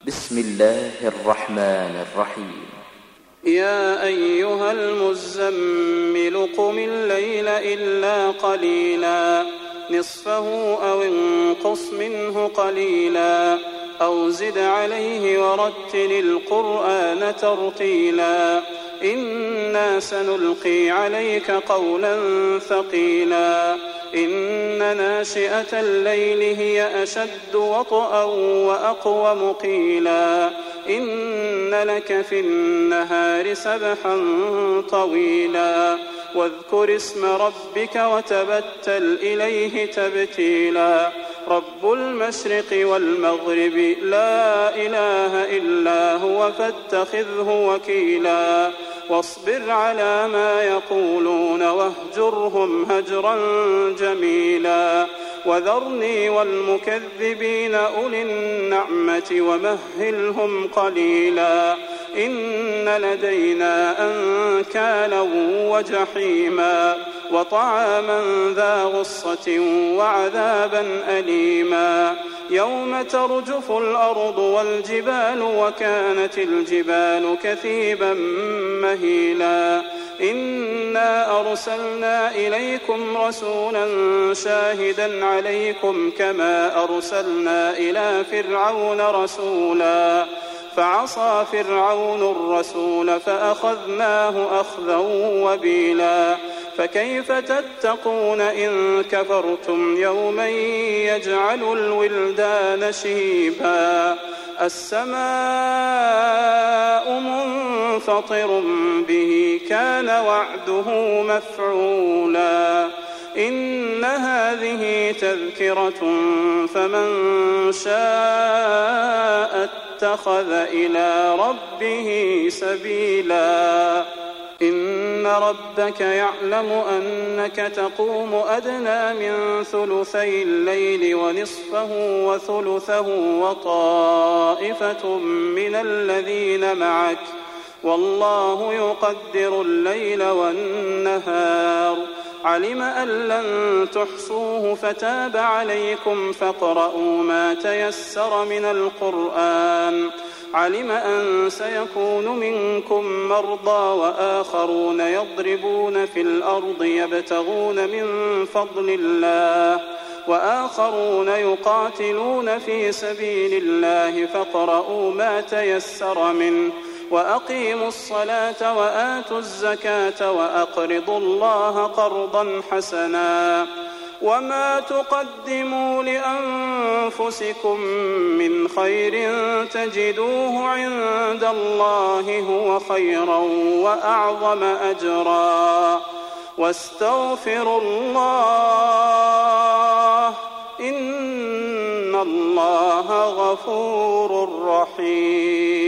بسم الله الرحمن الرحيم. يا أيها المزمل قم الليل إلا قليلا نصفه أو انقص منه قليلا أو زد عليه ورتل القرآن ترتيلا إنا سنلقي عليك قولا ثقيلا إن ناشئة الليل هي أشد وطئا وأقوم قيلا إن لك في النهار سبحا طويلا واذكر اسم ربك وتبتل إليه تبتيلا رب المشرق والمغرب لا إله إلا هو فاتخذه وكيلا واصبر على ما يقولون واهجرهم هجرا جميلا وذرني والمكذبين أولي النعمة ومهلهم قليلا إن لدينا أنكالا وجحيما وطعاما ذا غصة وعذابا أليما يوم ترجف الأرض والجبال وكانت الجبال كثيبا مهيلا إنا أرسلنا إليكم رسولا شاهدا عليكم كما أرسلنا إلى فرعون رسولا فعصى فرعون الرسول فأخذناه أخذا وبيلا فكيف تتقون إن كفرتم يوما يجعل الولدان شيبا السماء منفطر به كان وعده مفعولا إن هذه تذكرة فمن شاء اتخذ إلى ربه سبيلا إن ربك يعلم أنك تقوم أدنى من ثلثي الليل ونصفه وثلثه وطائفة من الذين معك والله يقدر الليل والنهار علم أن لن تحصوه فتاب عليكم فاقرؤوا ما تيسر من القرآن علم أن سيكون منكم مرضى وآخرون يضربون في الأرض يبتغون من فضل الله وآخرون يقاتلون في سبيل الله فاقرؤوا ما تيسر منه وأقيموا الصلاة وآتوا الزكاة وأقرضوا الله قرضا حسنا وما تقدموا لأنفسكم من خير تجدوه عند الله هو خيرا وأعظم أجرا واستغفروا الله إن الله غفور رحيم.